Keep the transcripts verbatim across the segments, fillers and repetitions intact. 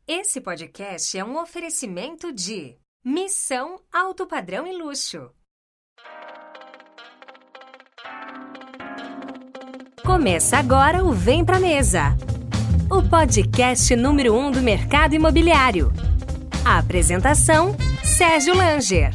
Esse podcast é um oferecimento de Missão Alto Padrão e Luxo. Começa agora o Vem Pra Mesa, o podcast número um do mercado imobiliário. A apresentação, Sérgio Langer.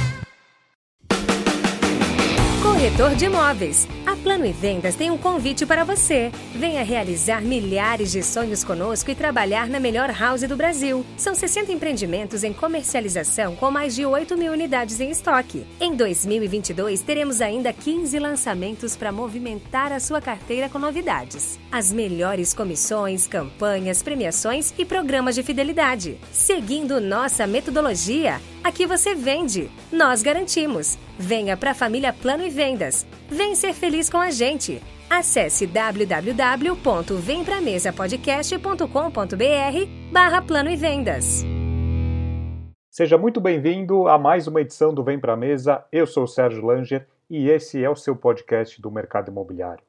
Corretor de imóveis. A Plano e Vendas tem um convite para você. Venha realizar milhares de sonhos conosco e trabalhar na melhor house do Brasil. São sessenta empreendimentos em comercialização com mais de oito mil unidades em estoque. Em dois mil e vinte e dois, teremos ainda quinze lançamentos para movimentar a sua carteira com novidades. As melhores comissões, campanhas, premiações e programas de fidelidade. Seguindo nossa metodologia, aqui você vende, nós garantimos. Venha para a família Plano e Vendas. Vem ser feliz com a gente. Acesse w w w ponto vem pra mesa podcast ponto com ponto b r barra Plano e Vendas. Seja muito bem-vindo a mais uma edição do Vem Pra Mesa. Eu sou o Sérgio Langer e esse é o seu podcast do mercado imobiliário.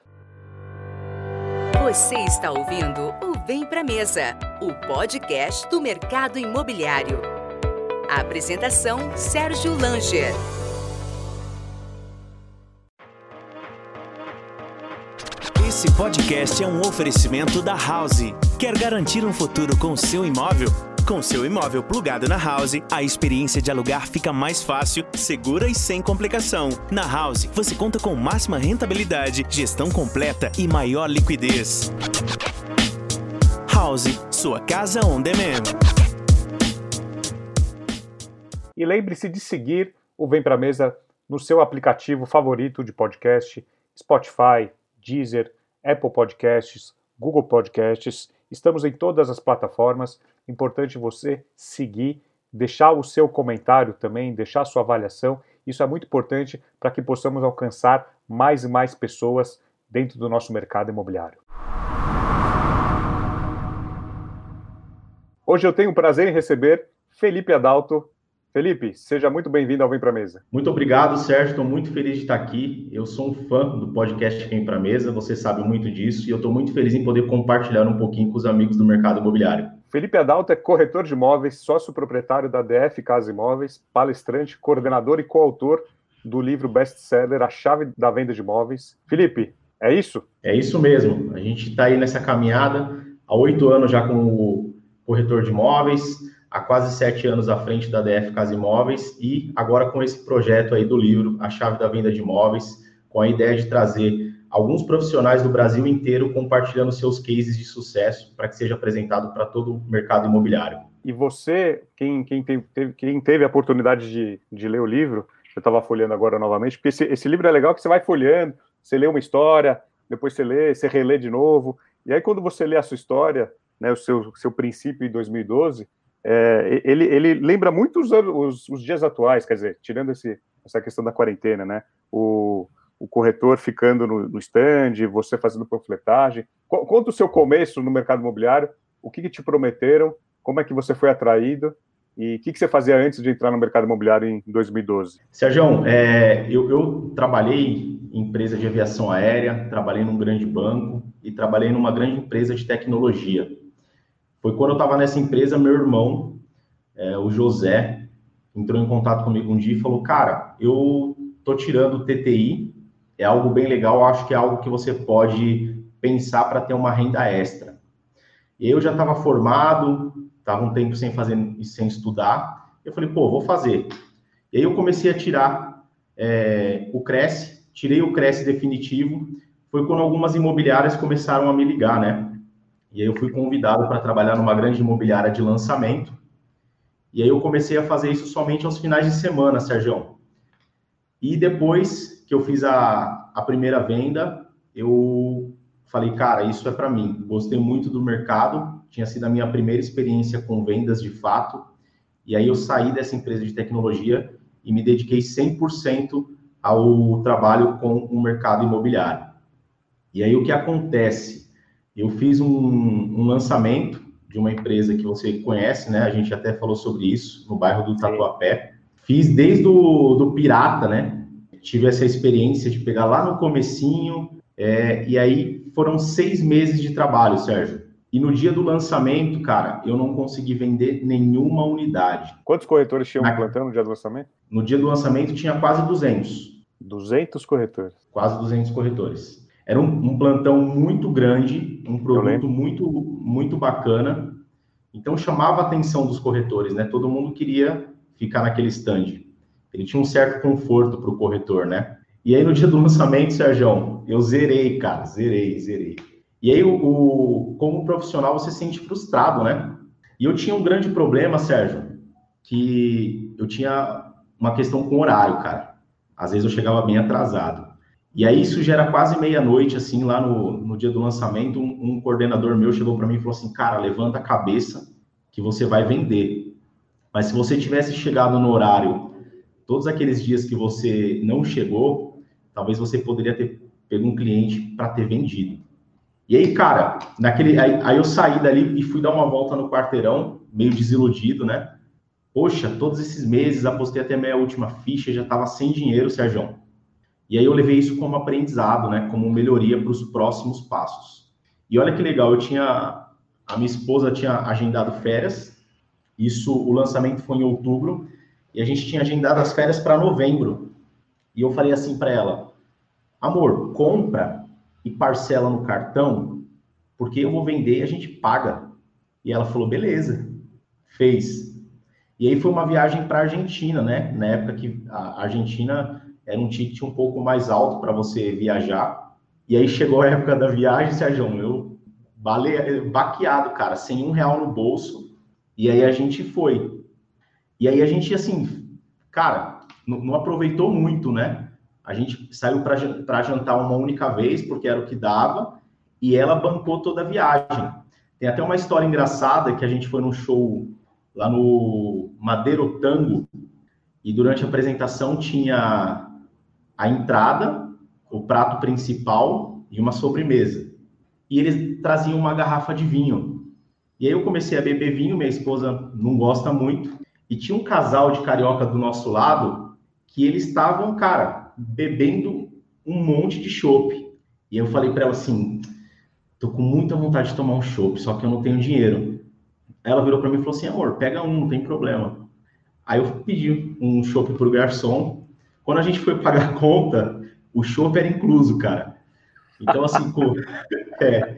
Você está ouvindo o Vem Pra Mesa, o podcast do mercado imobiliário. A apresentação, Sérgio Langer. Esse podcast é um oferecimento da House. Quer garantir um futuro com seu imóvel? Com seu imóvel plugado na House, a experiência de alugar fica mais fácil, segura e sem complicação. Na House, você conta com máxima rentabilidade, gestão completa e maior liquidez. House, sua casa on demand. E lembre-se de seguir o Vem Pra Mesa no seu aplicativo favorito de podcast, Spotify, Deezer, Apple Podcasts, Google Podcasts. Estamos em todas as plataformas. Importante você seguir, deixar o seu comentário também, deixar a sua avaliação. Isso é muito importante para que possamos alcançar mais e mais pessoas dentro do nosso mercado imobiliário. Hoje eu tenho o prazer em receber Felipe Adalto. Felipe, seja muito bem-vindo ao Vem Pra Mesa. Muito obrigado, Sérgio. Estou muito feliz de estar aqui. Eu sou um fã do podcast Vem Pra Mesa, você sabe muito disso, e eu estou muito feliz em poder compartilhar um pouquinho com os amigos do mercado imobiliário. Felipe Adalto é corretor de imóveis, sócio proprietário da D F Casa Imóveis, palestrante, coordenador e coautor do livro best-seller A Chave da Venda de Imóveis. Felipe, é isso? É isso mesmo. A gente está aí nessa caminhada há oito anos já como corretor de imóveis, há quase sete anos à frente da D F Casa Imóveis e agora com esse projeto aí do livro, A Chave da Venda de Imóveis, com a ideia de trazer alguns profissionais do Brasil inteiro compartilhando seus cases de sucesso para que seja apresentado para todo o mercado imobiliário. E você, quem, quem, teve, quem teve a oportunidade de, de ler o livro, eu estava folheando agora novamente, porque esse, esse livro é legal que você vai folheando, você lê uma história, depois você lê, você relê de novo, e aí quando você lê a sua história, né, o seu, seu princípio em dois mil e doze, É, ele, ele lembra muito os, os, os dias atuais, quer dizer, tirando esse, essa questão da quarentena, né? O, o corretor ficando no, no stand, você fazendo panfletagem. Conta o seu começo no mercado imobiliário, o que, que te prometeram, como é que você foi atraído e o que, que você fazia antes de entrar no mercado imobiliário em dois mil e doze? Sérgio, é, eu, eu trabalhei em empresa de aviação aérea, trabalhei num grande banco e trabalhei numa grande empresa de tecnologia. Foi quando eu estava nessa empresa, meu irmão, é, o José, entrou em contato comigo um dia e falou, cara, eu tô tirando T T I, é algo bem legal, acho que é algo que você pode pensar para ter uma renda extra. Eu já estava formado, estava um tempo sem fazer, sem estudar, eu falei, pô, vou fazer. E aí eu comecei a tirar é, o Cresce, tirei o Cresce definitivo, foi quando algumas imobiliárias começaram a me ligar, né? E aí eu fui convidado para trabalhar numa grande imobiliária de lançamento. E aí eu comecei a fazer isso somente aos finais de semana, Sérgio. E depois que eu fiz a, a primeira venda, eu falei, cara, isso é para mim. Gostei muito do mercado, tinha sido a minha primeira experiência com vendas de fato. E aí eu saí dessa empresa de tecnologia e me dediquei cem por cento ao trabalho com o mercado imobiliário. E aí o que acontece? Eu fiz um, um lançamento de uma empresa que você conhece, né? A gente até falou sobre isso, no bairro do Tatuapé. Fiz desde o do Pirata, né? Tive essa experiência de pegar lá no comecinho, é, e aí foram seis meses de trabalho, Sérgio. E no dia do lançamento, cara, eu não consegui vender nenhuma unidade. Quantos corretores tinham Na... um plantão no dia do lançamento? No dia do lançamento tinha quase duzentos. duzentos corretores? Quase duzentos corretores. Era um, um plantão muito grande, um produto muito, muito bacana. Então chamava a atenção dos corretores, né? Todo mundo queria ficar naquele stand. Ele tinha um certo conforto para o corretor, né? E aí no dia do lançamento, Sérgio, eu zerei, cara, zerei, zerei. E aí, o, o, como profissional, você se sente frustrado, né? E eu tinha um grande problema, Sérgio, que eu tinha uma questão com horário, cara. Às vezes eu chegava bem atrasado. E aí isso já era quase meia-noite, assim, lá no, no dia do lançamento, um, um coordenador meu chegou para mim e falou assim, cara, levanta a cabeça que você vai vender. Mas se você tivesse chegado no horário, todos aqueles dias que você não chegou, talvez você poderia ter pego um cliente para ter vendido. E aí, cara, naquele, aí, aí eu saí dali e fui dar uma volta no quarteirão, meio desiludido, né? Poxa, todos esses meses, apostei até minha última ficha, já estava sem dinheiro, Sérgio. E aí eu levei isso como aprendizado, né? Como melhoria para os próximos passos. E olha que legal, eu tinha... A minha esposa tinha agendado férias, isso, o lançamento foi em outubro, e a gente tinha agendado as férias para novembro. E eu falei assim para ela, amor, compra e parcela no cartão, porque eu vou vender e a gente paga. E ela falou, beleza, fez. E aí foi uma viagem para a Argentina, né? Na época que a Argentina era um ticket um pouco mais alto para você viajar. E aí chegou a época da viagem, Sérgio, eu bale... baqueado, cara, sem um real no bolso. E aí a gente foi. E aí a gente, assim, cara, não, não aproveitou muito, né? A gente saiu para jantar uma única vez, porque era o que dava, e ela bancou toda a viagem. Tem até uma história engraçada, que a gente foi num show lá no Madeiro Tango, e durante a apresentação tinha a entrada, o prato principal e uma sobremesa. E eles traziam uma garrafa de vinho. E aí eu comecei a beber vinho, minha esposa não gosta muito, e tinha um casal de carioca do nosso lado, que eles estavam, cara, bebendo um monte de chopp. E eu falei para ela assim, tô com muita vontade de tomar um chopp, só que eu não tenho dinheiro. Ela virou para mim e falou assim, amor, pega um, não tem problema. Aí eu pedi um chopp pro garçom. Quando a gente foi pagar a conta, o chopp era incluso, cara. Então, assim, com, é,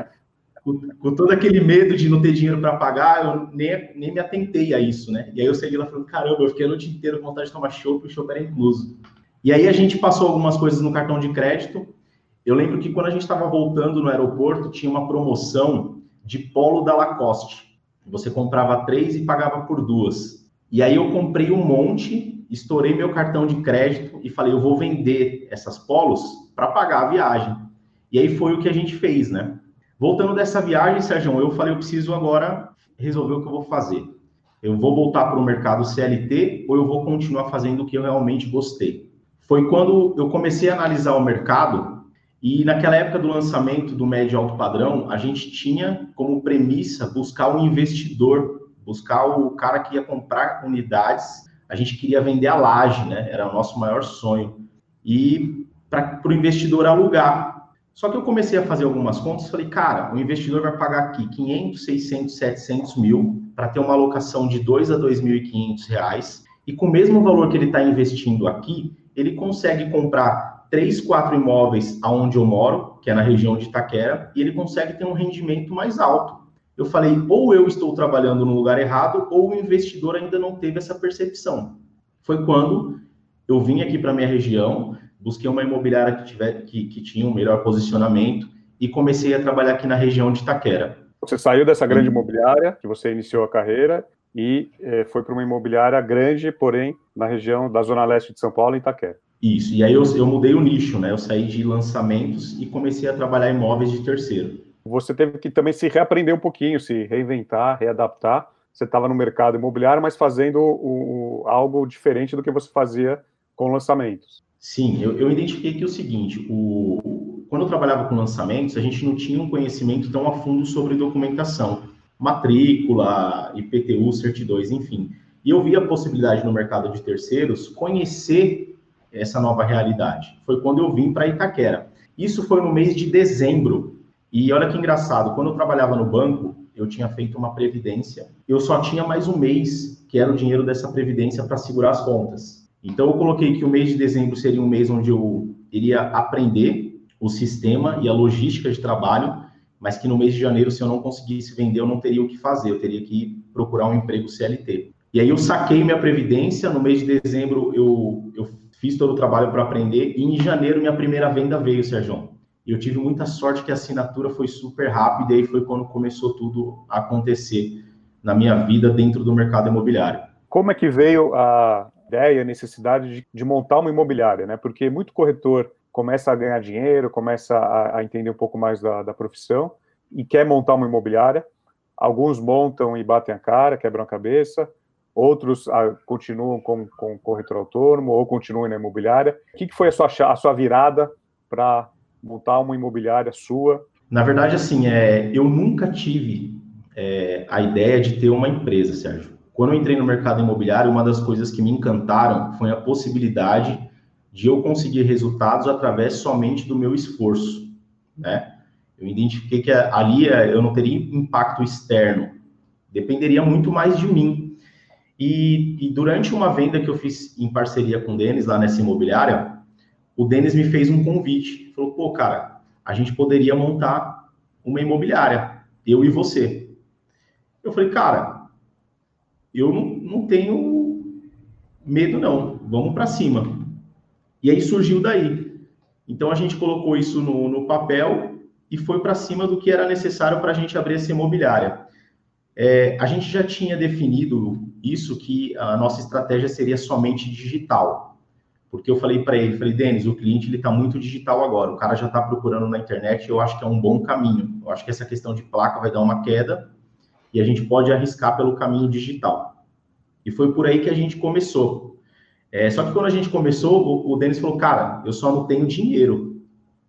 com, com todo aquele medo de não ter dinheiro para pagar, eu nem, nem me atentei a isso, né? E aí eu saí lá falando, caramba, eu fiquei a noite inteira com vontade de tomar chopp, e o chopp era incluso. E aí a gente passou algumas coisas no cartão de crédito. Eu lembro que quando a gente estava voltando no aeroporto, tinha uma promoção de polo da Lacoste. Você comprava três e pagava por duas. E aí eu comprei um monte, estourei meu cartão de crédito e falei, eu vou vender essas polos para pagar a viagem. E aí foi o que a gente fez, né? Voltando dessa viagem, Sérgio, eu falei, eu preciso agora resolver o que eu vou fazer. Eu vou voltar para o mercado C L T ou eu vou continuar fazendo o que eu realmente gostei? Foi quando eu comecei a analisar o mercado e naquela época do lançamento do médio alto padrão, a gente tinha como premissa buscar um investidor, buscar o cara que ia comprar unidades. A gente queria vender a laje, né? Era o nosso maior sonho. E para o investidor alugar. Só que eu comecei a fazer algumas contas e falei, cara, o investidor vai pagar aqui quinhentos, seiscentos, setecentos mil para ter uma alocação de dois a dois mil e quinhentos reais. E com o mesmo valor que ele está investindo aqui, ele consegue comprar três, quatro imóveis aonde eu moro, que é na região de Itaquera, e ele consegue ter um rendimento mais alto. Eu falei, ou eu estou trabalhando no lugar errado, ou o investidor ainda não teve essa percepção. Foi quando eu vim aqui para a minha região, busquei uma imobiliária que, tiver, que, que tinha um melhor posicionamento e comecei a trabalhar aqui na região de Itaquera. Você saiu dessa grande Sim. imobiliária, que você iniciou a carreira, e eh, foi para uma imobiliária grande, porém, na região da Zona Leste de São Paulo, em Itaquera. Isso, e aí eu, eu mudei o nicho, né? Eu saí de lançamentos e comecei a trabalhar em imóveis de terceiro. Você teve que também se reaprender um pouquinho, se reinventar, readaptar. Você estava no mercado imobiliário, mas fazendo o, o, algo diferente do que você fazia com lançamentos. Sim, eu, eu identifiquei que é o seguinte, o, quando eu trabalhava com lançamentos, a gente não tinha um conhecimento tão a fundo sobre documentação, matrícula, I P T U, certidões, enfim. E eu vi a possibilidade no mercado de terceiros conhecer essa nova realidade. Foi quando eu vim para Itaquera. Isso foi no mês de dezembro. E olha que engraçado, quando eu trabalhava no banco, eu tinha feito uma previdência, eu só tinha mais um mês, que era o dinheiro dessa previdência para segurar as contas. Então eu coloquei que o mês de dezembro seria um mês onde eu iria aprender o sistema e a logística de trabalho, mas que no mês de janeiro, se eu não conseguisse vender, eu não teria o que fazer, eu teria que procurar um emprego C L T. E aí eu saquei minha previdência, no mês de dezembro eu, eu fiz todo o trabalho para aprender, e em janeiro minha primeira venda veio, Sérgio. E eu tive muita sorte que a assinatura foi super rápida, e aí foi quando começou tudo a acontecer na minha vida dentro do mercado imobiliário. Como é que veio a ideia, a necessidade de, de montar uma imobiliária, né? Porque muito corretor começa a ganhar dinheiro, começa a, a entender um pouco mais da, da profissão e quer montar uma imobiliária. Alguns montam e batem a cara, quebram a cabeça. Outros ah, continuam com, com corretor autônomo ou continuam na imobiliária. O que, que foi a sua, a sua virada para montar uma imobiliária sua? Na verdade, assim, é, eu nunca tive é, a ideia de ter uma empresa, Sérgio. Quando eu entrei no mercado imobiliário, uma das coisas que me encantaram foi a possibilidade de eu conseguir resultados através somente do meu esforço, né? Eu identifiquei que ali eu não teria impacto externo, dependeria muito mais de mim. E, e durante uma venda que eu fiz em parceria com o Denis, lá nessa imobiliária, o Denis me fez um convite. Falou, pô, cara, a gente poderia montar uma imobiliária, eu e você. Eu falei, cara, eu não, não tenho medo, não. Vamos para cima. E aí surgiu daí. Então, a gente colocou isso no, no papel e foi para cima do que era necessário para a gente abrir essa imobiliária. É, a gente já tinha definido isso, que a nossa estratégia seria somente digital. Porque eu falei para ele, falei, Denis, o cliente está muito digital agora, o cara já está procurando na internet, eu acho que é um bom caminho. Eu acho que essa questão de placa vai dar uma queda e a gente pode arriscar pelo caminho digital. E foi por aí que a gente começou. É, só que quando a gente começou, o, o Denis falou, cara, eu só não tenho dinheiro.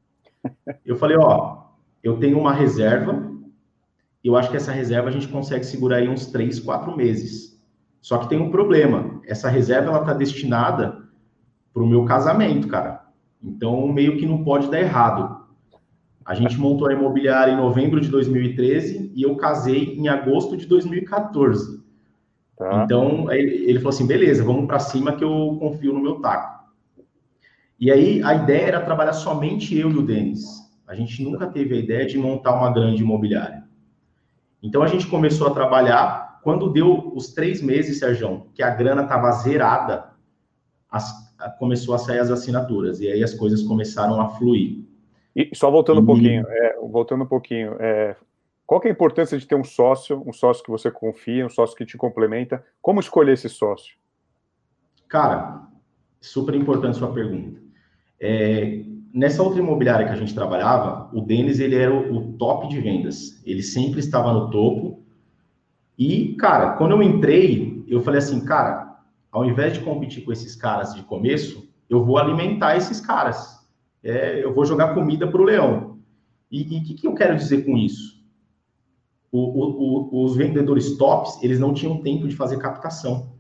Eu falei, ó, eu tenho uma reserva, eu acho que essa reserva a gente consegue segurar aí uns três, quatro meses. Só que tem um problema, essa reserva ela está destinada para o meu casamento, cara. Então, meio que não pode dar errado. A gente montou a imobiliária em novembro de dois mil e treze e eu casei em agosto de dois mil e quatorze. Tá. Então, ele falou assim, beleza, vamos para cima que eu confio no meu taco. E aí, a ideia era trabalhar somente eu e o Denis. A gente nunca teve a ideia de montar uma grande imobiliária. Então, a gente começou a trabalhar. Quando deu os três meses, Sérgio, que a grana estava zerada, as, começou a sair as assinaturas. E aí, as coisas começaram a fluir. E só voltando e... um pouquinho, é, voltando um pouquinho, é, qual que é a importância de ter um sócio, um sócio que você confia, um sócio que te complementa? Como escolher esse sócio? Cara, super importante sua pergunta. É, nessa outra imobiliária que a gente trabalhava, o Denis, ele era o, o top de vendas. Ele sempre estava no topo. E, cara, quando eu entrei, eu falei assim, cara, ao invés de competir com esses caras de começo, eu vou alimentar esses caras. É, eu vou jogar comida para o leão. E o que, que eu quero dizer com isso? O, o, o, os vendedores tops, eles não tinham tempo de fazer captação.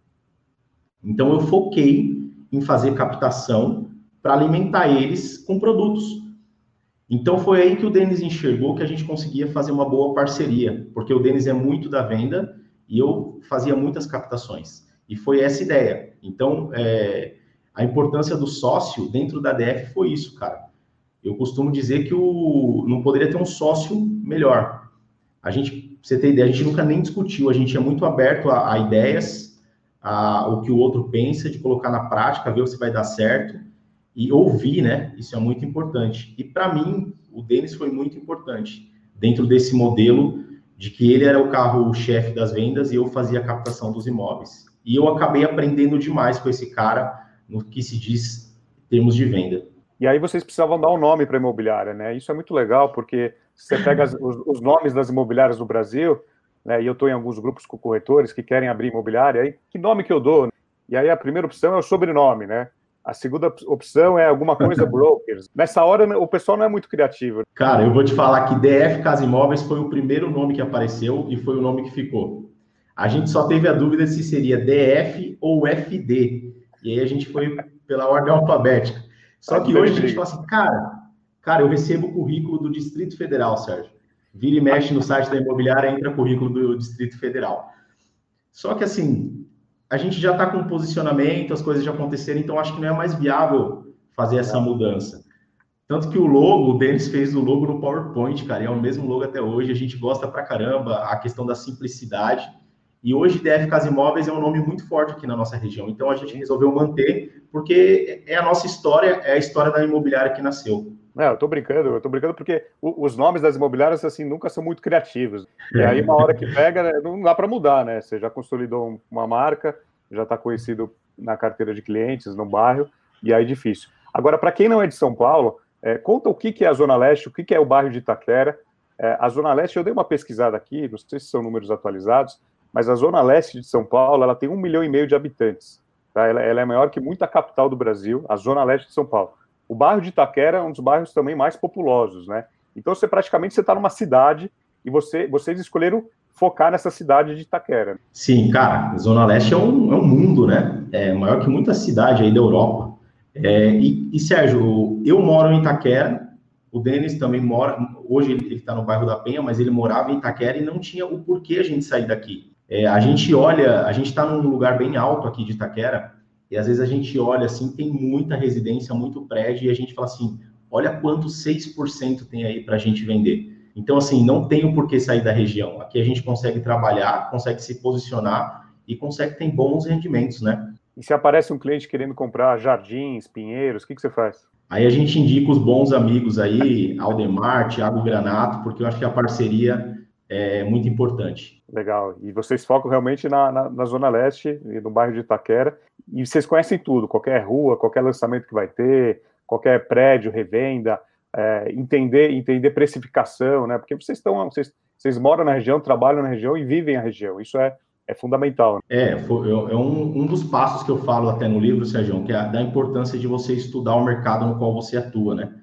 Então, eu foquei em fazer captação para alimentar eles com produtos. Então, foi aí que o Denis enxergou que a gente conseguia fazer uma boa parceria, porque o Denis é muito da venda e eu fazia muitas captações. E foi essa ideia. Então, é, a importância do sócio dentro da D F foi isso, cara. Eu costumo dizer que o, não poderia ter um sócio melhor. A gente, pra você ter ideia, a gente nunca nem discutiu, a gente é muito aberto a, a ideias, a, o que o outro pensa, de colocar na prática, ver se vai dar certo e ouvir, né? Isso é muito importante. E para mim, o Denis foi muito importante dentro desse modelo de que ele era o carro-chefe das vendas e eu fazia a captação dos imóveis. E eu acabei aprendendo demais com esse cara no que se diz termos de venda. E aí vocês precisavam dar um nome para a imobiliária, né? Isso é muito legal, porque você pega as, os, os nomes das imobiliárias do Brasil, né? E eu estou em alguns grupos com corretores que querem abrir imobiliária, aí que nome que eu dou? E aí a primeira opção é o sobrenome, né? A segunda opção é alguma coisa brokers. Nessa hora o pessoal não é muito criativo. Cara, eu vou te falar que D F Casa Imóveis foi o primeiro nome que apareceu e foi o nome que ficou. A gente só teve a dúvida se seria D F ou F D. E aí a gente foi pela ordem alfabética. Só que hoje a gente fala assim, cara, Cara, eu recebo o currículo do Distrito Federal, Sérgio. Vira e mexe no site da imobiliária, entra currículo do Distrito Federal. Só que, assim, a gente já está com um posicionamento, as coisas já aconteceram, então acho que não é mais viável fazer essa mudança. Tanto que o logo, o Denis fez o logo no PowerPoint, cara, e é o mesmo logo até hoje, a gente gosta pra caramba, a questão da simplicidade. E hoje D F Casa Imóveis é um nome muito forte aqui na nossa região, então a gente resolveu manter, porque é a nossa história, é a história da imobiliária que nasceu. Não, eu tô brincando, eu tô brincando porque o, os nomes das imobiliárias, assim, nunca são muito criativos. E aí, uma hora que pega, né, não dá para mudar, né? Você já consolidou uma marca, já está conhecido na carteira de clientes, no bairro, e aí é difícil. Agora, para quem não é de São Paulo, é, conta o que, que é a Zona Leste, o que, que é o bairro de Itaquera. É, a Zona Leste, eu dei uma pesquisada aqui, não sei se são números atualizados, mas a Zona Leste de São Paulo, ela tem um milhão e meio de habitantes. Tá? Ela, ela é maior que muita capital do Brasil, a Zona Leste de São Paulo. O bairro de Itaquera é um dos bairros também mais populosos, né? Então, você praticamente está numa cidade e você, vocês escolheram focar nessa cidade de Itaquera. Sim, cara, a Zona Leste é um, é um mundo, né? É maior que muita cidade aí da Europa. É, e, e, Sérgio, eu moro em Itaquera, o Denis também mora, hoje ele está no bairro da Penha, mas ele morava em Itaquera e não tinha o porquê a gente sair daqui. É, a gente olha, a gente está num lugar bem alto aqui de Itaquera, e às vezes a gente olha assim, tem muita residência, muito prédio, e a gente fala assim, olha quanto seis por cento tem aí para a gente vender. Então, assim, não tem o porquê sair da região. Aqui a gente consegue trabalhar, consegue se posicionar e consegue ter bons rendimentos, né? E se aparece um cliente querendo comprar jardins, pinheiros, o que, que você faz? Aí a gente indica os bons amigos aí, Aldemar, Thiago Granato, porque eu acho que a parceria é muito importante. Legal. E vocês focam realmente na, na, na Zona Leste, no bairro de Itaquera, e vocês conhecem tudo, qualquer rua, qualquer lançamento que vai ter, qualquer prédio, revenda, é, entender, entender precificação, né? Porque vocês estão, vocês, vocês moram na região, trabalham na região e vivem a região. Isso é, é fundamental. Né? É, foi, é um, um dos passos que eu falo até no livro, Sérgio, que é a, da importância de você estudar o mercado no qual você atua, né?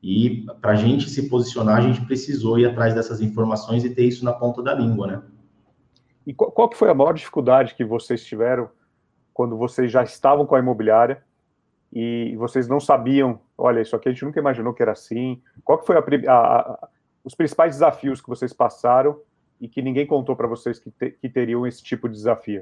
E para a gente se posicionar, a gente precisou ir atrás dessas informações e ter isso na ponta da língua, né? E qual, qual que foi a maior dificuldade que vocês tiveram quando vocês já estavam com a imobiliária e vocês não sabiam, olha, isso aqui a gente nunca imaginou que era assim? Qual que foi a, a, a, os principais desafios que vocês passaram e que ninguém contou para vocês que, te, que teriam esse tipo de desafio?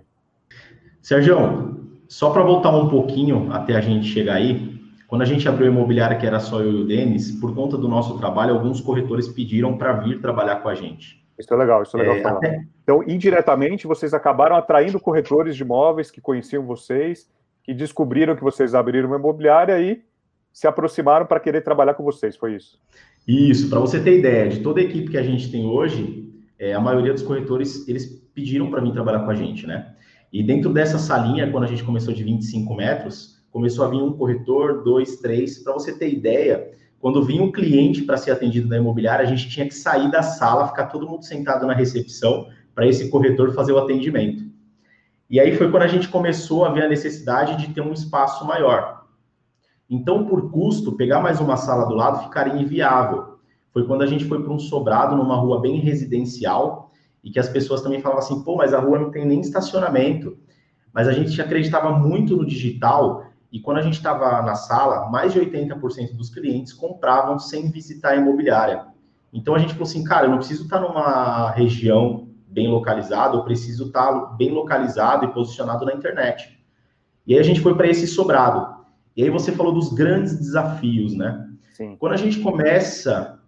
Sérgio, só para voltar um pouquinho até a gente chegar aí, quando a gente abriu a imobiliária, que era só eu e o Denis, por conta do nosso trabalho, alguns corretores pediram para vir trabalhar com a gente. Isso é legal, isso é legal é, falar. Até... Então, indiretamente, vocês acabaram atraindo corretores de imóveis que conheciam vocês, que descobriram que vocês abriram uma imobiliária e se aproximaram para querer trabalhar com vocês, foi isso? Isso, para você ter ideia, de toda a equipe que a gente tem hoje, é, a maioria dos corretores, eles pediram para vir trabalhar com a gente, né? E dentro dessa salinha, quando a gente começou de vinte e cinco metros, começou a vir um corretor, dois, três. Para você ter ideia, quando vinha um cliente para ser atendido na imobiliária, a gente tinha que sair da sala, ficar todo mundo sentado na recepção para esse corretor fazer o atendimento. E aí foi quando a gente começou a ver a necessidade de ter um espaço maior. Então, por custo, pegar mais uma sala do lado ficaria inviável. Foi quando a gente foi para um sobrado numa rua bem residencial e que as pessoas também falavam assim, pô, mas a rua não tem nem estacionamento. Mas a gente acreditava muito no digital. E quando a gente estava na sala, mais de oitenta por cento dos clientes compravam sem visitar a imobiliária. Então a gente falou assim, cara, eu não preciso estar numa região bem localizada, eu preciso estar bem localizado e posicionado na internet. E aí a gente foi para esse sobrado. E aí você falou dos grandes desafios, né? Sim. Quando a gente começa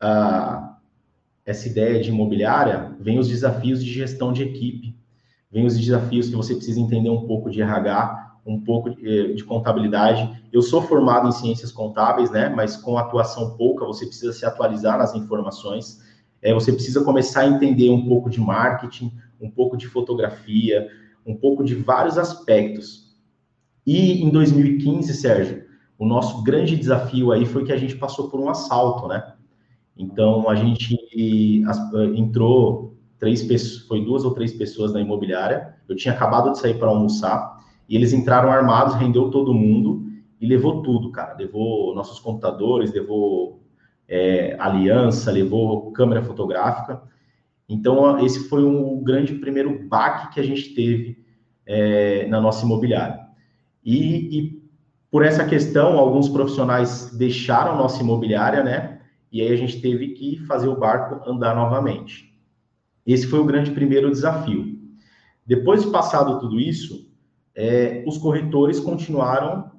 a, essa ideia de imobiliária, vem os desafios de gestão de equipe, vem os desafios que você precisa entender um pouco de R H, um pouco de, de contabilidade. Eu sou formado em ciências contábeis, né? Mas com atuação pouca, você precisa se atualizar nas informações. É, você precisa começar a entender um pouco de marketing, um pouco de fotografia, um pouco de vários aspectos. E em dois mil e quinze, Sérgio, o nosso grande desafio aí foi que a gente passou por um assalto, né? Então, a gente entrou, três pessoas, foi duas ou três pessoas na imobiliária. Eu tinha acabado de sair para almoçar. E eles entraram armados, rendeu todo mundo e levou tudo, cara. Levou nossos computadores, levou é, aliança, levou câmera fotográfica. Então, esse foi um grande primeiro baque que a gente teve é, na nossa imobiliária. E, e Por essa questão, alguns profissionais deixaram nossa imobiliária, né? E aí a gente teve que fazer o barco andar novamente. Esse foi o grande primeiro desafio. Depois de passado tudo isso, é, os corretores continuaram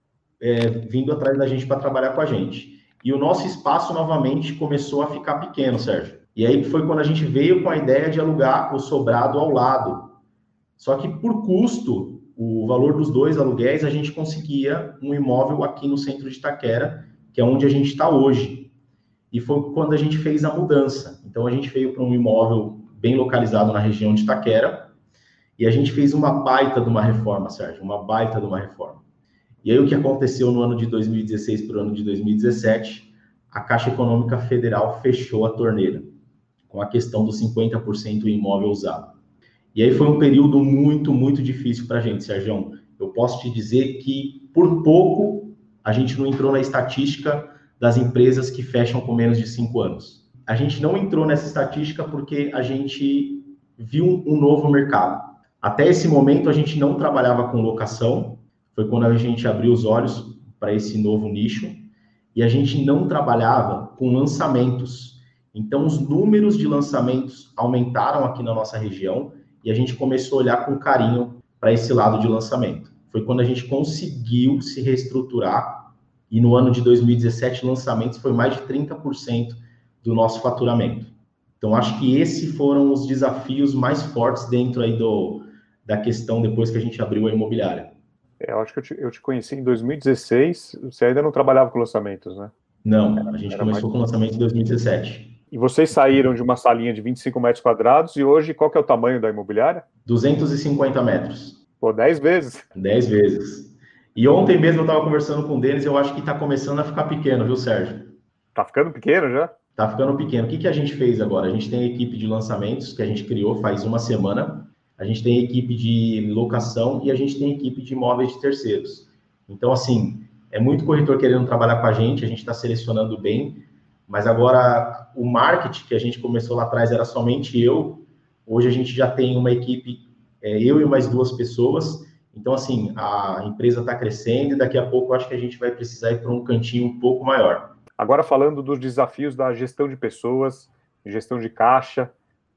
é, vindo atrás da gente para trabalhar com a gente. E o nosso espaço novamente começou a ficar pequeno, Sérgio. E aí foi quando a gente veio com a ideia de alugar o sobrado ao lado. Só que por custo, o valor dos dois aluguéis, a gente conseguia um imóvel aqui no centro de Itaquera, que é onde a gente está hoje. E foi quando a gente fez a mudança. Então a gente veio para um imóvel bem localizado na região de Itaquera, e a gente fez uma baita de uma reforma, Sérgio, uma baita de uma reforma. E aí o que aconteceu no ano de dois mil e dezesseis para o ano de dois mil e dezessete, a Caixa Econômica Federal fechou a torneira, com a questão dos cinquenta por cento em imóvel usado. E aí foi um período muito, muito difícil para a gente, Sérgio. Eu posso te dizer que, por pouco, a gente não entrou na estatística das empresas que fecham com menos de cinco anos. A gente não entrou nessa estatística porque a gente viu um novo mercado. Até esse momento, a gente não trabalhava com locação, foi quando a gente abriu os olhos para esse novo nicho, e a gente não trabalhava com lançamentos. Então, os números de lançamentos aumentaram aqui na nossa região, e a gente começou a olhar com carinho para esse lado de lançamento. Foi quando a gente conseguiu se reestruturar, e no ano de dois mil e dezessete, lançamentos foi mais de trinta por cento do nosso faturamento. Então, acho que esses foram os desafios mais fortes dentro aí do, da questão depois que a gente abriu a imobiliária. É, eu acho que eu te, eu te conheci em dois mil e dezesseis, você ainda não trabalhava com lançamentos, né? Não, a gente Era começou mais... com lançamento em dois mil e dezessete. E vocês saíram de uma salinha de vinte e cinco metros quadrados, e hoje qual que é o tamanho da imobiliária? duzentos e cinquenta metros. Pô, dez vezes. dez vezes. E ontem mesmo eu estava conversando com o Denis, eu acho que está começando a ficar pequeno, viu, Sérgio? Tá ficando pequeno já? Tá ficando pequeno. O que, que a gente fez agora? A gente tem a equipe de lançamentos, que a gente criou faz uma semana, a gente tem a equipe de locação e a gente tem a equipe de imóveis de terceiros. Então, assim, é muito corretor querendo trabalhar com a gente, a gente está selecionando bem, mas agora o marketing que a gente começou lá atrás era somente eu, hoje a gente já tem uma equipe, é, eu e mais duas pessoas, então, assim, a empresa está crescendo e daqui a pouco eu acho que a gente vai precisar ir para um cantinho um pouco maior. Agora, falando dos desafios da gestão de pessoas, gestão de caixa,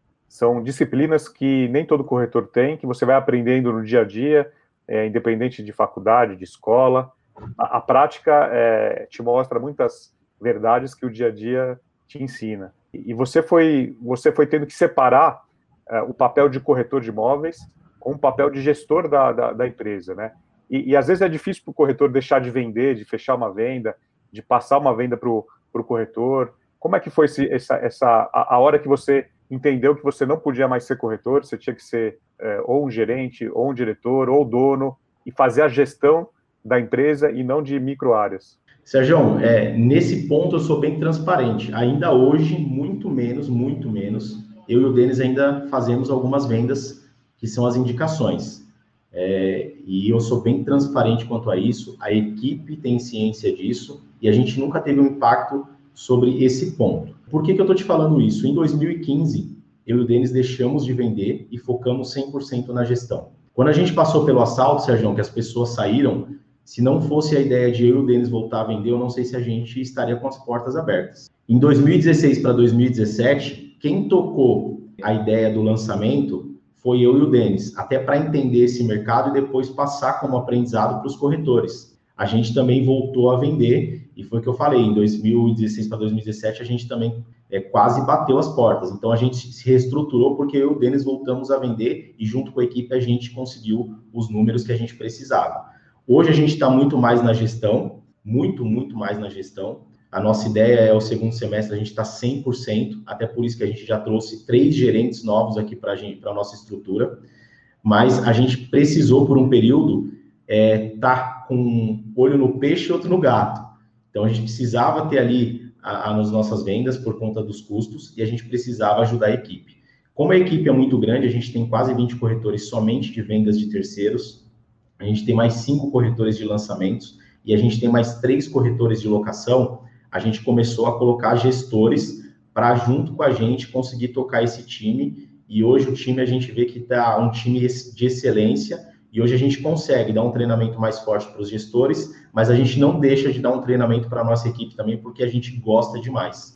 são disciplinas que nem todo corretor tem, que você vai aprendendo no dia a dia, é, independente de faculdade, de escola. A, a prática é, te mostra muitas verdades que o dia a dia te ensina. E, e você, foi, você foi tendo que separar é, o papel de corretor de imóveis com o papel de gestor da, da, da empresa, né? E, e às vezes é difícil para o corretor deixar de vender, de fechar uma venda, de passar uma venda para o corretor. Como é que foi esse, essa, essa, a, a hora que você entendeu que você não podia mais ser corretor, você tinha que ser é, ou um gerente, ou um diretor, ou dono, e fazer a gestão da empresa e não de micro-áreas? Sérgio, é, nesse ponto eu sou bem transparente. Ainda hoje, muito menos, muito menos, eu e o Denis ainda fazemos algumas vendas que são as indicações. É, e eu sou bem transparente quanto a isso, a equipe tem ciência disso, e a gente nunca teve um impacto sobre esse ponto. Por que que eu estou te falando isso? Em dois mil e quinze, eu e o Denis deixamos de vender e focamos cem por cento na gestão. Quando a gente passou pelo assalto, Sérgio, que as pessoas saíram, se não fosse a ideia de eu e o Denis voltar a vender, eu não sei se a gente estaria com as portas abertas. Em dois mil e dezesseis para dois mil e dezessete, quem tocou a ideia do lançamento foi eu e o Denis, até para entender esse mercado e depois passar como aprendizado para os corretores. A gente também voltou a vender, e foi o que eu falei, em dois mil e dezesseis para dois mil e dezessete, a gente também é, quase bateu as portas. Então, a gente se reestruturou porque eu e o Denis voltamos a vender, e junto com a equipe a gente conseguiu os números que a gente precisava. Hoje a gente está muito mais na gestão, muito, muito mais na gestão. A nossa ideia é o segundo semestre, a gente está cem por cento, até por isso que a gente já trouxe três gerentes novos aqui para a nossa estrutura, mas a gente precisou, por um período, é, tá com um olho no peixe e outro no gato. Então, a gente precisava ter ali a, a, nas nossas vendas por conta dos custos e a gente precisava ajudar a equipe. Como a equipe é muito grande, a gente tem quase vinte corretores somente de vendas de terceiros, a gente tem mais cinco corretores de lançamentos e a gente tem mais três corretores de locação. A gente começou a colocar gestores para, junto com a gente, conseguir tocar esse time. E hoje o time, a gente vê que está um time de excelência E hoje a gente consegue dar um treinamento mais forte para os gestores, mas a gente não deixa de dar um treinamento para a nossa equipe também, porque a gente gosta demais.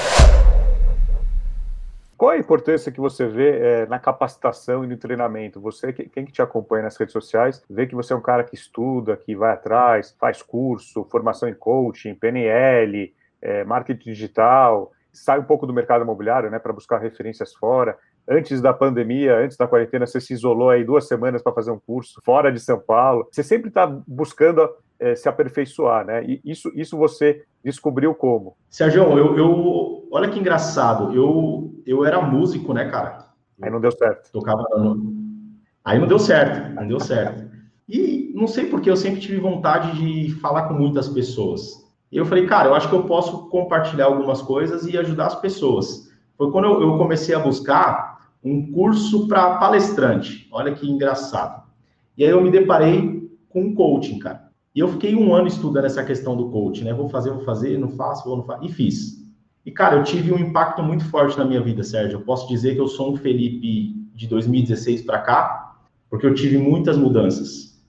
Qual a importância que você vê é, na capacitação e no treinamento? Você, quem que te acompanha nas redes sociais, vê que você é um cara que estuda, que vai atrás, faz curso, formação em coaching, P N L, é, marketing digital, sai um pouco do mercado imobiliário, né, para buscar referências fora. Antes da pandemia, antes da quarentena, você se isolou aí duas semanas para fazer um curso fora de São Paulo. Você sempre está buscando é, se aperfeiçoar, né? E isso, isso você descobriu como? Sérgio, eu, eu olha que engraçado. Eu, eu era músico, né, cara? Aí não deu certo. Tocava no... Aí não deu certo, não deu certo. E não sei porque eu sempre tive vontade de falar com muitas pessoas. E eu falei, cara, eu acho que eu posso compartilhar algumas coisas e ajudar as pessoas. Foi quando eu, eu comecei a buscar um curso para palestrante. Olha que engraçado. E aí eu me deparei com um coaching, cara. E eu fiquei um ano estudando essa questão do coaching, né? Vou fazer, vou fazer, não faço, vou, não faço. E fiz. E, cara, eu tive um impacto muito forte na minha vida, Sérgio. Eu posso dizer que eu sou um Felipe de dois mil e dezesseis para cá, porque eu tive muitas mudanças.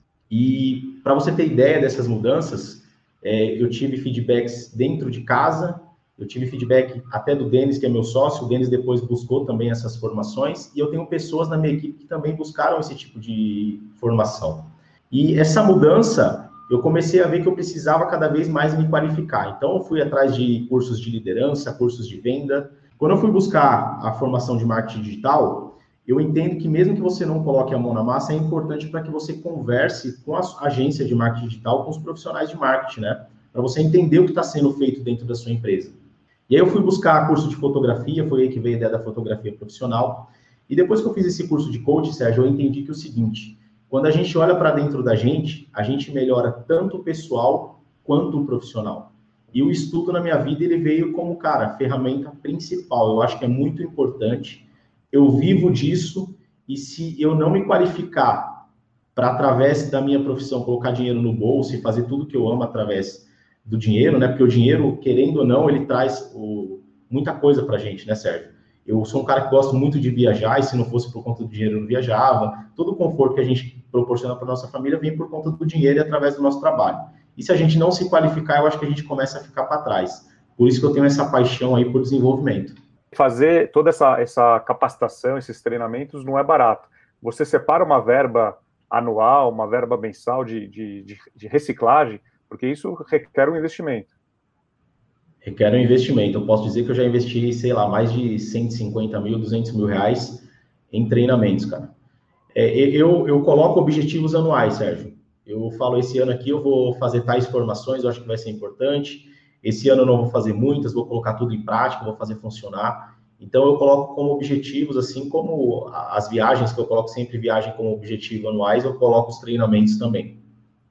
E, para você ter ideia dessas mudanças, é, eu tive feedbacks dentro de casa. Eu tive feedback até do Denis, que é meu sócio. O Denis depois buscou também essas formações. E eu tenho pessoas na minha equipe que também buscaram esse tipo de formação. E essa mudança, eu comecei a ver que eu precisava cada vez mais me qualificar. Então, eu fui atrás de cursos de liderança, cursos de venda. Quando eu fui buscar a formação de marketing digital, eu entendo que mesmo que você não coloque a mão na massa, é importante para que você converse com a agência de marketing digital, com os profissionais de marketing, né? Para você entender o que está sendo feito dentro da sua empresa. E aí eu fui buscar curso de fotografia, foi aí que veio a ideia da fotografia profissional. E depois que eu fiz esse curso de coach, Sérgio, eu entendi que é o seguinte, quando a gente olha para dentro da gente, a gente melhora tanto o pessoal quanto o profissional. E o estudo na minha vida, ele veio como, cara, a ferramenta principal. Eu acho que é muito importante. Eu vivo disso e se eu não me qualificar para, através da minha profissão, colocar dinheiro no bolso e fazer tudo que eu amo através do dinheiro, né? Porque o dinheiro, querendo ou não, ele traz o, muita coisa pra gente, né, Sérgio? Eu sou um cara que gosto muito de viajar, e se não fosse por conta do dinheiro, eu não viajava. Todo o conforto que a gente proporciona para nossa família vem por conta do dinheiro e através do nosso trabalho. E se a gente não se qualificar, eu acho que a gente começa a ficar para trás. Por isso que eu tenho essa paixão aí por desenvolvimento. Fazer toda essa, essa capacitação, esses treinamentos, não é barato. Você separa uma verba anual, uma verba mensal de, de, de, de reciclagem, porque isso requer um investimento. Requer um investimento. Eu posso dizer que eu já investi, sei lá, mais de cento e cinquenta mil, duzentos mil reais em treinamentos, cara. É, eu, eu coloco objetivos anuais, Sérgio. Eu falo, esse ano aqui eu vou fazer tais formações, eu acho que vai ser importante. Esse ano eu não vou fazer muitas, vou colocar tudo em prática, vou fazer funcionar. Então eu coloco como objetivos, assim como as viagens, que eu coloco sempre viagem como objetivo anuais, eu coloco os treinamentos também.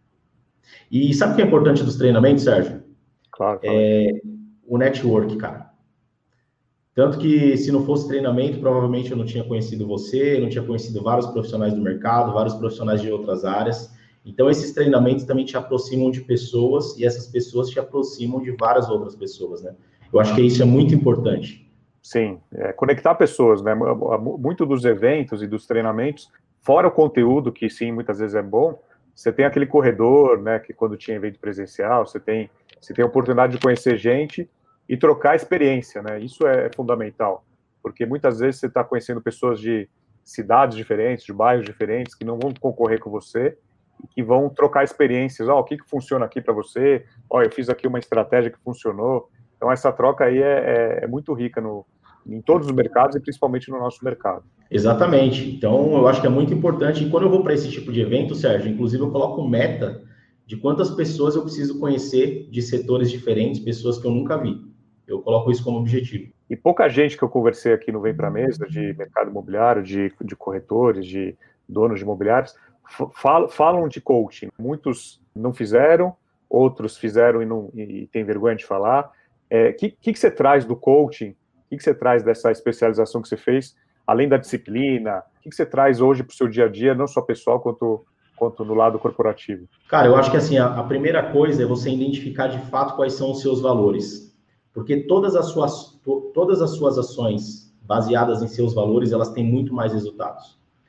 E sabe o que é importante dos treinamentos, Sérgio? Claro. É o network, cara. Tanto que se não fosse treinamento, provavelmente eu não tinha conhecido você, eu não tinha conhecido vários profissionais do mercado, vários profissionais de outras áreas. Então, esses treinamentos também te aproximam de pessoas e essas pessoas te aproximam de várias outras pessoas, né? Eu acho que isso é muito importante. Sim, é, conectar pessoas, né? Muito dos eventos e dos treinamentos, fora o conteúdo, que sim, muitas vezes é bom, você tem aquele corredor, né, que quando tinha evento presencial, você tem, você tem a oportunidade de conhecer gente e trocar experiência, né? Isso é fundamental, porque muitas vezes você está conhecendo pessoas de cidades diferentes, de bairros diferentes, que não vão concorrer com você, e que vão trocar experiências. Ó, oh, o que, que funciona aqui para você? Ó, oh, eu fiz aqui uma estratégia que funcionou. Então, essa troca aí é, é, é muito rica no, em todos os mercados e principalmente no nosso mercado. Exatamente. Então, eu acho que é muito importante. E quando eu vou para esse tipo de evento, Sérgio, inclusive eu coloco meta de quantas pessoas eu preciso conhecer de setores diferentes, pessoas que eu nunca vi. Eu coloco isso como objetivo. E pouca gente que eu conversei aqui no Vem Pra Mesa, de mercado imobiliário, de, de corretores, de donos de imobiliários, falam, falam de coaching. Muitos não fizeram, outros fizeram e, não, e, e têm vergonha de falar. O é, que, que, que você traz do coaching? O que, que você traz dessa especialização que você fez, além da disciplina? O que, que você traz hoje para o seu dia a dia, não só pessoal, quanto, quanto no lado corporativo? Cara, eu acho que assim, a, a primeira coisa é você identificar de fato quais são os seus valores. Porque todas as suas, to, todas as suas ações baseadas em seus valores, elas têm muito mais resultados.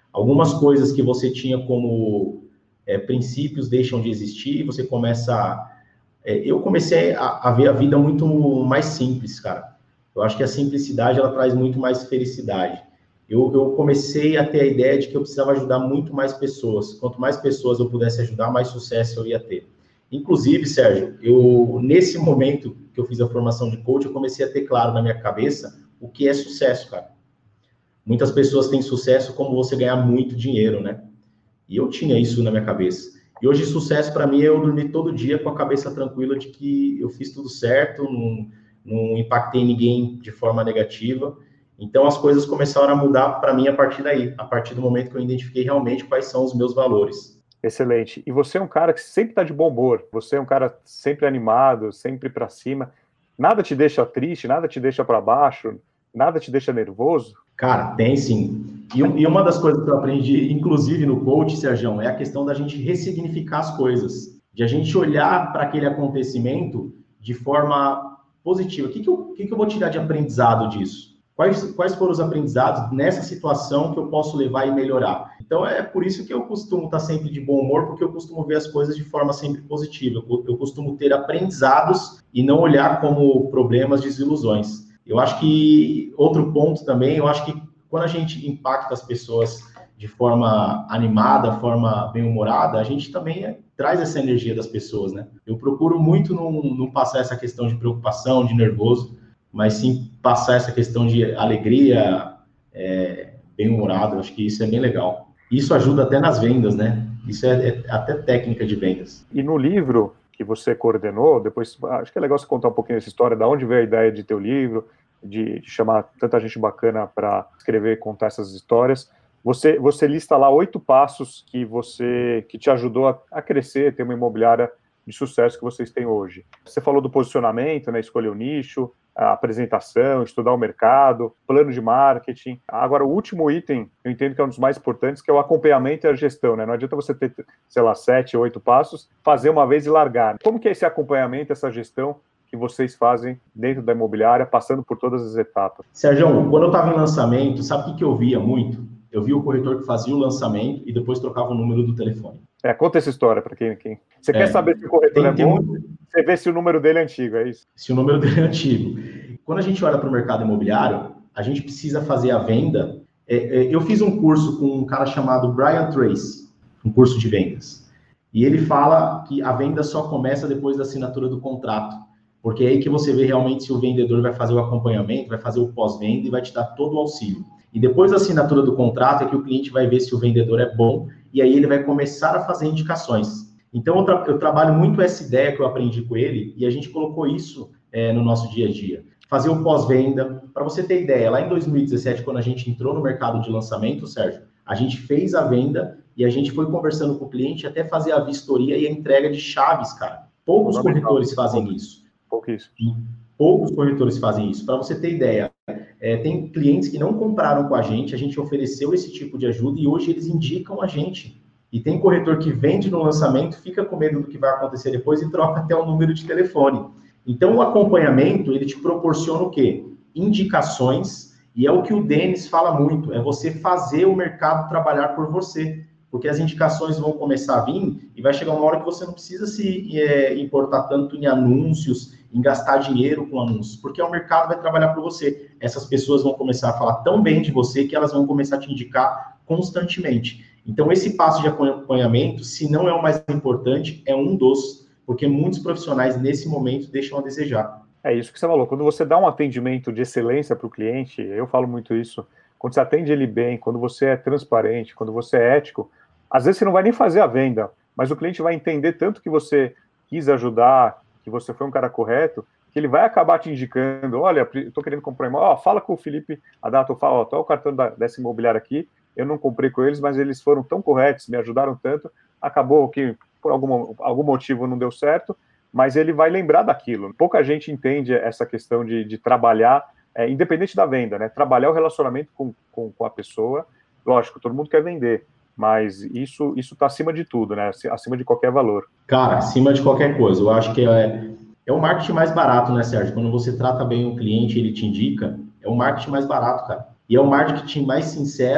Algumas coisas que você tinha como é, princípios deixam de existir, você começa a... É, eu comecei a, a ver a vida muito mais simples, cara. Eu acho que a simplicidade, ela traz muito mais felicidade. Eu, eu comecei a ter a ideia de que eu precisava ajudar muito mais pessoas. Quanto mais pessoas eu pudesse ajudar, mais sucesso eu ia ter. Inclusive, Sérgio, eu, nesse momento que eu fiz a formação de coach, eu comecei a ter claro na minha cabeça o que é sucesso, cara. Muitas pessoas têm sucesso como você ganhar muito dinheiro, né? E eu tinha isso na minha cabeça. E hoje, sucesso para mim é eu dormir todo dia com a cabeça tranquila de que eu fiz tudo certo, não, não impactei ninguém de forma negativa. Então, as coisas começaram a mudar para mim a partir daí, a partir do momento que eu identifiquei realmente quais são os meus valores. Excelente. E você é um cara que sempre está de bom humor, você é um cara sempre animado, sempre para cima. Nada te deixa triste, nada te deixa para baixo, nada te deixa nervoso? Cara, tem sim. E, e uma das coisas que eu aprendi, inclusive no coach, Sérgio, é a questão da gente ressignificar as coisas, de a gente olhar para aquele acontecimento de forma positiva. O que, que, eu, o que, que eu vou tirar de aprendizado disso? Quais, quais foram os aprendizados nessa situação que eu posso levar e melhorar? Então, é por isso que eu costumo estar sempre de bom humor, porque eu costumo ver as coisas de forma sempre positiva. Eu, eu costumo ter aprendizados e não olhar como problemas, desilusões. Eu acho que, outro ponto também, eu acho que quando a gente impacta as pessoas de forma animada, forma bem-humorada, a gente também é, traz essa energia das pessoas, né? Eu procuro muito não, não passar essa questão de preocupação, de nervoso, mas sim passar essa questão de alegria, é, bem-humorado. Acho que isso é bem legal. Isso ajuda até nas vendas, né? Isso é, é até técnica de vendas. E no livro que você coordenou, depois acho que é legal você contar um pouquinho dessa história, da onde veio a ideia de ter o livro, de, de chamar tanta gente bacana para escrever e contar essas histórias. Você, você lista lá oito passos que você que te ajudou a, a crescer, ter uma imobiliária de sucesso que vocês têm hoje. Você falou do posicionamento, né, escolher o nicho, a apresentação, estudar o mercado, plano de marketing. Agora, o último item, eu entendo que é um dos mais importantes, que é o acompanhamento e a gestão, né? Não adianta você ter, sei lá, sete, oito passos, fazer uma vez e largar. Como que é esse acompanhamento, essa gestão que vocês fazem dentro da imobiliária, passando por todas as etapas? Sérgio, quando eu estava em lançamento, sabe o que eu via muito? Eu via o corretor que fazia o lançamento e depois trocava o número do telefone. É, conta essa história para quem, quem... Você é, quer saber se o corretor tem, é bom, muito... você vê se o número dele é antigo, é isso? Se o número dele é antigo. Quando a gente olha para o mercado imobiliário, a gente precisa fazer a venda. É, é, eu fiz um curso com um cara chamado Brian Tracy, um curso de vendas. E ele fala que a venda só começa depois da assinatura do contrato. Porque é aí que você vê realmente se o vendedor vai fazer o acompanhamento, vai fazer o pós-venda e vai te dar todo o auxílio. E depois da assinatura do contrato é que o cliente vai ver se o vendedor é bom e aí ele vai começar a fazer indicações. Então, eu, tra- eu trabalho muito essa ideia que eu aprendi com ele e a gente colocou isso é, no nosso dia a dia. Fazer o pós-venda. Para você ter ideia, lá em dois mil e dezessete, quando a gente entrou no mercado de lançamento, Sérgio, a gente fez a venda e a gente foi conversando com o cliente até fazer a vistoria e a entrega de chaves, cara. Poucos corretores fazem isso. Pouquíssimo. Poucos corretores fazem isso. Para você ter ideia, é, tem clientes que não compraram com a gente, a gente ofereceu esse tipo de ajuda e hoje eles indicam a gente. E tem corretor que vende no lançamento, fica com medo do que vai acontecer depois e troca até o número de telefone. Então, o acompanhamento, ele te proporciona o quê? Indicações, e é o que o Denis fala muito, é você fazer o mercado trabalhar por você. Porque as indicações vão começar a vir e vai chegar uma hora que você não precisa se é, importar tanto em anúncios, em gastar dinheiro com anúncios, porque o mercado vai trabalhar por você. Essas pessoas vão começar a falar tão bem de você que elas vão começar a te indicar constantemente. Então, esse passo de acompanhamento, se não é o mais importante, é um dos, porque muitos profissionais, nesse momento, deixam a desejar. É isso que você falou. Quando você dá um atendimento de excelência para o cliente, eu falo muito isso, quando você atende ele bem, quando você é transparente, quando você é ético, às vezes você não vai nem fazer a venda, mas o cliente vai entender tanto que você quis ajudar, que você foi um cara correto, que ele vai acabar te indicando, olha, estou querendo comprar um imóvel, ó, fala com o Felipe Adato, fala, ó, tá o cartão da, dessa imobiliária aqui, eu não comprei com eles, mas eles foram tão corretos, me ajudaram tanto, acabou que por algum, algum motivo não deu certo, mas ele vai lembrar daquilo. Pouca gente entende essa questão de, de trabalhar, é, independente da venda, né? Trabalhar o relacionamento com, com, com a pessoa, lógico, todo mundo quer vender, mas isso isso está acima de tudo, né? Acima de qualquer valor. Cara, acima de qualquer coisa. Eu acho que é, é o marketing mais barato, né, Sérgio? Quando você trata bem o cliente, ele te indica, é o marketing mais barato, cara. E é o marketing mais sincero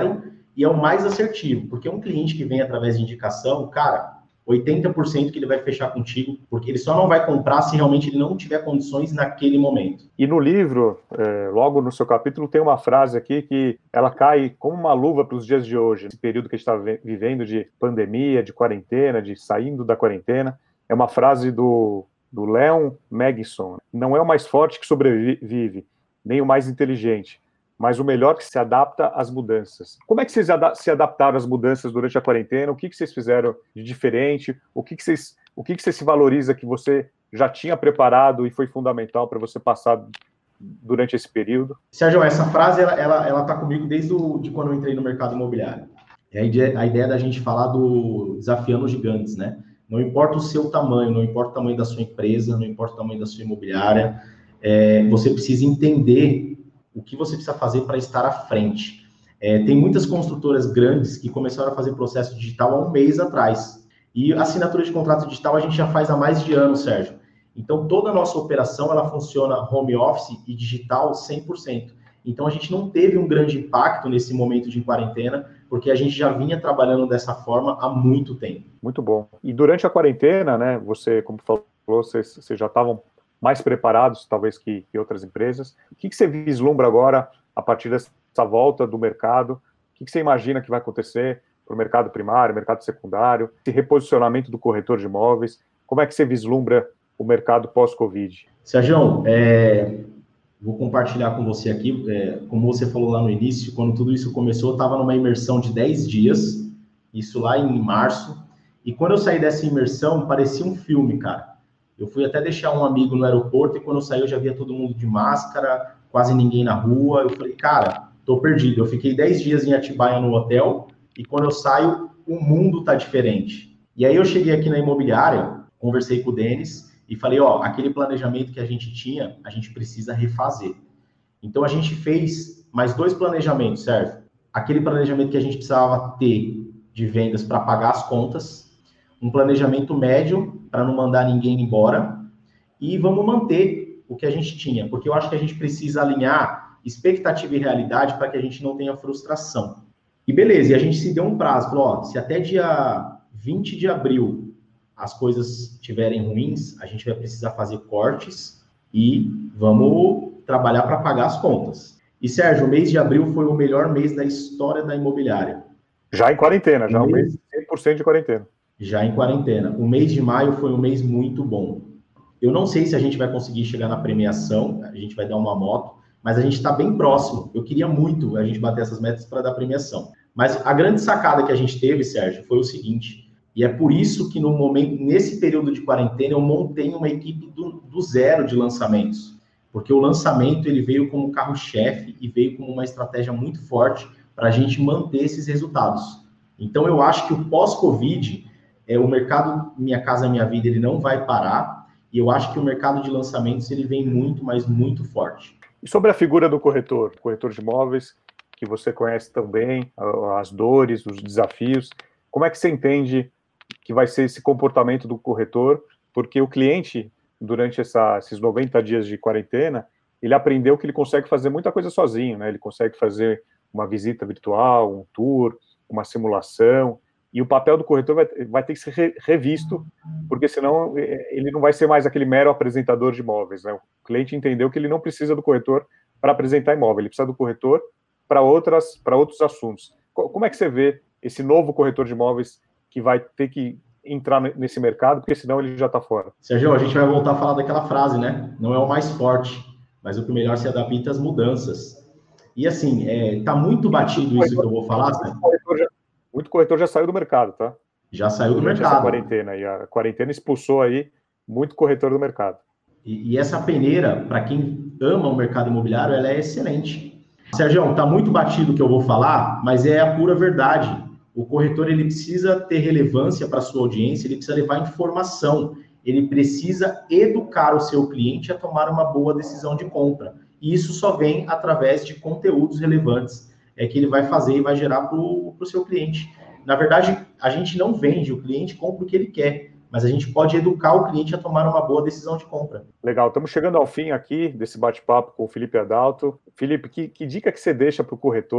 e é o mais assertivo, porque um cliente que vem através de indicação, cara, oitenta por cento que ele vai fechar contigo, porque ele só não vai comprar se realmente ele não tiver condições naquele momento. E no livro, é, logo no seu capítulo, tem uma frase aqui que ela cai como uma luva para os dias de hoje, esse período que a gente está vivendo de pandemia, de quarentena, de saindo da quarentena. É uma frase do, do Leon Magnuson: não é o mais forte que sobrevive, nem o mais inteligente, mas o melhor que se adapta às mudanças. Como é que vocês se adaptaram às mudanças durante a quarentena? O que, que vocês fizeram de diferente? O que, que vocês, o que, que você se valoriza que você já tinha preparado e foi fundamental para você passar durante esse período? Sérgio, essa frase, ela, ela, ela tá comigo desde o, de quando eu entrei no mercado imobiliário. É a ideia, a ideia da gente falar do desafiando os gigantes, né? Não importa o seu tamanho, não importa o tamanho da sua empresa, não importa o tamanho da sua imobiliária, é, você precisa entender o que você precisa fazer para estar à frente. É, tem muitas construtoras grandes que começaram a fazer processo digital há um mês atrás. E a assinatura de contrato digital a gente já faz há mais de ano, Sérgio. Então, toda a nossa operação, ela funciona home office e digital cem por cento. Então, a gente não teve um grande impacto nesse momento de quarentena, porque a gente já vinha trabalhando dessa forma há muito tempo. Muito bom. E durante a quarentena, né, você, como falou, vocês, vocês já estavam mais preparados, talvez, que, que outras empresas. O que, que você vislumbra agora, a partir dessa volta do mercado? O que, que você imagina que vai acontecer para o mercado primário, mercado secundário, esse reposicionamento do corretor de imóveis? Como é que você vislumbra o mercado pós-Covid? Sérgio, é, vou compartilhar com você aqui, é, como você falou lá no início, quando tudo isso começou, eu estava numa imersão de dez dias, isso lá em março, e quando eu saí dessa imersão, parecia um filme, cara. Eu fui até deixar um amigo no aeroporto e quando eu saí eu já via todo mundo de máscara, quase ninguém na rua. Eu falei, cara, tô perdido. Eu fiquei dez dias em Atibaia no hotel e quando eu saio, o mundo tá diferente. E aí eu cheguei aqui na imobiliária, conversei com o Denis e falei, ó, aquele planejamento que a gente tinha, a gente precisa refazer. Então a gente fez mais dois planejamentos, certo? Aquele planejamento que a gente precisava ter de vendas para pagar as contas, um planejamento médio para não mandar ninguém embora, e vamos manter o que a gente tinha, porque eu acho que a gente precisa alinhar expectativa e realidade para que a gente não tenha frustração. E beleza, e a gente se deu um prazo, falou, ó, se até dia vinte de abril as coisas estiverem ruins, a gente vai precisar fazer cortes e vamos trabalhar para pagar as contas. E, Sérgio, o mês de abril foi o melhor mês da história da imobiliária. Já em quarentena, já um mês cem por cento de quarentena. Já em quarentena. O mês de maio foi um mês muito bom. Eu não sei se a gente vai conseguir chegar na premiação, a gente vai dar uma moto, mas a gente está bem próximo. Eu queria muito a gente bater essas metas para dar premiação. Mas a grande sacada que a gente teve, Sérgio, foi o seguinte, e é por isso que no momento, nesse período de quarentena, eu montei uma equipe do, do zero de lançamentos. Porque o lançamento ele veio como carro-chefe e veio como uma estratégia muito forte para a gente manter esses resultados. Então, eu acho que o pós-Covid, é, o mercado Minha Casa Minha Vida, ele não vai parar, e eu acho que o mercado de lançamentos, ele vem muito, mas muito forte. E sobre a figura do corretor, corretor de imóveis, que você conhece tão bem, as dores, os desafios, como é que você entende que vai ser esse comportamento do corretor? Porque o cliente, durante essa, esses noventa dias de quarentena, ele aprendeu que ele consegue fazer muita coisa sozinho, né? Ele consegue fazer uma visita virtual, um tour, uma simulação, e o papel do corretor vai, vai ter que ser re, revisto, porque senão ele não vai ser mais aquele mero apresentador de imóveis, né? O cliente entendeu que ele não precisa do corretor para apresentar imóvel, ele precisa do corretor para outras, para outros assuntos. Como é que você vê esse novo corretor de imóveis que vai ter que entrar nesse mercado, porque senão ele já está fora? Sérgio, a gente vai voltar a falar daquela frase, né? Não é o mais forte, mas o que melhor se adapta às mudanças. E assim, é, tá muito batido isso que eu vou falar, né? Muito corretor já saiu do mercado, tá? Já saiu do Durante mercado. Essa quarentena, e a quarentena expulsou aí muito corretor do mercado. E, e essa peneira, para quem ama o mercado imobiliário, ela é excelente. Sérgio, tá muito batido o que eu vou falar, mas é a pura verdade. O corretor, ele precisa ter relevância para a sua audiência, ele precisa levar informação, ele precisa educar o seu cliente a tomar uma boa decisão de compra. E isso só vem através de conteúdos relevantes é que ele vai fazer e vai gerar para o seu cliente. Na verdade, a gente não vende, o cliente compra o que ele quer, mas a gente pode educar o cliente a tomar uma boa decisão de compra. Legal, estamos chegando ao fim aqui desse bate-papo com o Felipe Adalto. Felipe, que, que dica que você deixa para o corretor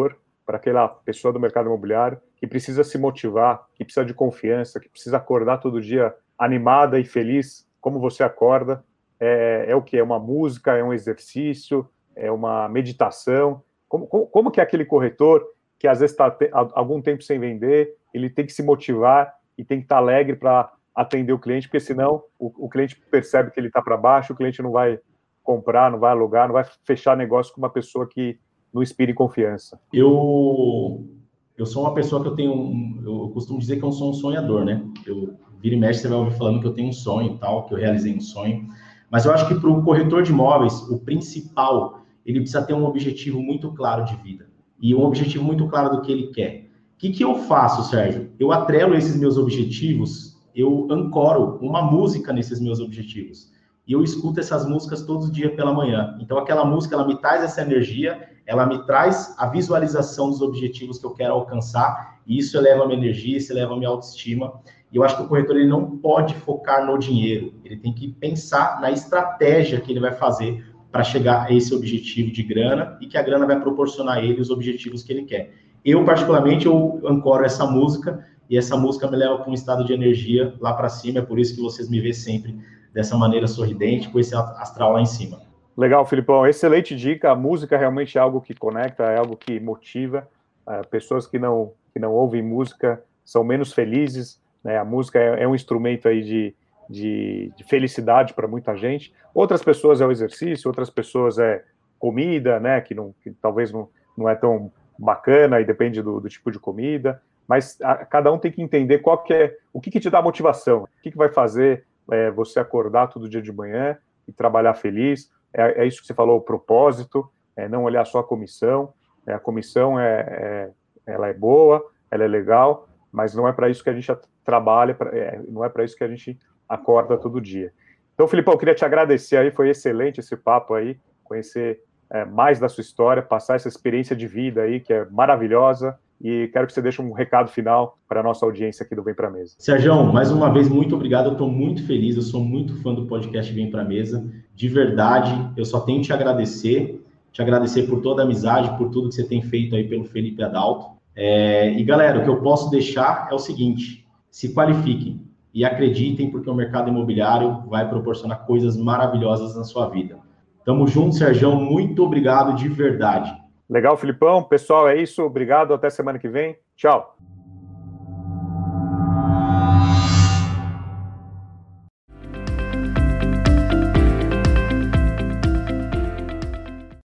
para aquela pessoa do mercado imobiliário que precisa se motivar, que precisa de confiança, que precisa acordar todo dia animada e feliz, como você acorda. É, é o que? É uma música, é um exercício, é uma meditação. Como, como, como que é aquele corretor que às vezes está algum tempo sem vender, ele tem que se motivar e tem que estar alegre para atender o cliente, porque senão o, o cliente percebe que ele está para baixo, o cliente não vai comprar, não vai alugar, não vai fechar negócio com uma pessoa que não inspire confiança. Eu, eu sou uma pessoa que eu tenho, um, eu costumo dizer que eu sou um sonhador, né? Eu vira e mexe, você vai ouvir falando que eu tenho um sonho e tal, que eu realizei um sonho. Mas eu acho que para o corretor de imóveis, o principal, ele precisa ter um objetivo muito claro de vida. E um objetivo muito claro do que ele quer. O que, que eu faço, Sérgio? Eu atrelo esses meus objetivos, eu ancoro uma música nesses meus objetivos. E eu escuto essas músicas todos os dias pela manhã. Então, aquela música, ela me traz essa energia, ela me traz a visualização dos objetivos que eu quero alcançar, e isso eleva a minha energia, isso eleva a minha autoestima. E eu acho que o corretor ele não pode focar no dinheiro, ele tem que pensar na estratégia que ele vai fazer para chegar a esse objetivo de grana e que a grana vai proporcionar a ele os objetivos que ele quer. Eu, particularmente, eu ancoro essa música e essa música me leva para um estado de energia lá para cima, é por isso que vocês me veem sempre dessa maneira sorridente, com esse astral lá em cima. Legal, Filipão. Excelente dica. A música realmente é algo que conecta, é algo que motiva. Uh, pessoas que não, que não ouvem música são menos felizes, né? A música é, é um instrumento aí de, de, de felicidade para muita gente. Outras pessoas é o exercício, outras pessoas é comida, né? Que, não, que talvez não, não é tão bacana e depende do, do tipo de comida. Mas a, cada um tem que entender qual que é, o que, que te dá motivação, o que, que vai fazer é, você acordar todo dia de manhã e trabalhar feliz. É, é isso que você falou, o propósito, é não olhar só a comissão. É, a comissão é, é, ela é boa, ela é legal, mas não é para isso que a gente trabalha, pra, é, não é para isso que a gente acorda todo dia. Então, Filipão, eu queria te agradecer aí, foi excelente esse papo aí, conhecer é, mais da sua história, passar essa experiência de vida aí, que é maravilhosa, e quero que você deixe um recado final para a nossa audiência aqui do Vem Pra Mesa. Sérgio, mais uma vez, muito obrigado, eu estou muito feliz, eu sou muito fã do podcast Vem Pra Mesa, de verdade, eu só tenho que te agradecer, te agradecer por toda a amizade, por tudo que você tem feito aí pelo Felipe Adalto. É, e galera, o que eu posso deixar é o seguinte, se qualifiquem e acreditem, porque o mercado imobiliário vai proporcionar coisas maravilhosas na sua vida. Tamo junto, Sérgio, muito obrigado de verdade. Legal, Filipão. Pessoal, é isso. Obrigado. Até semana que vem. Tchau.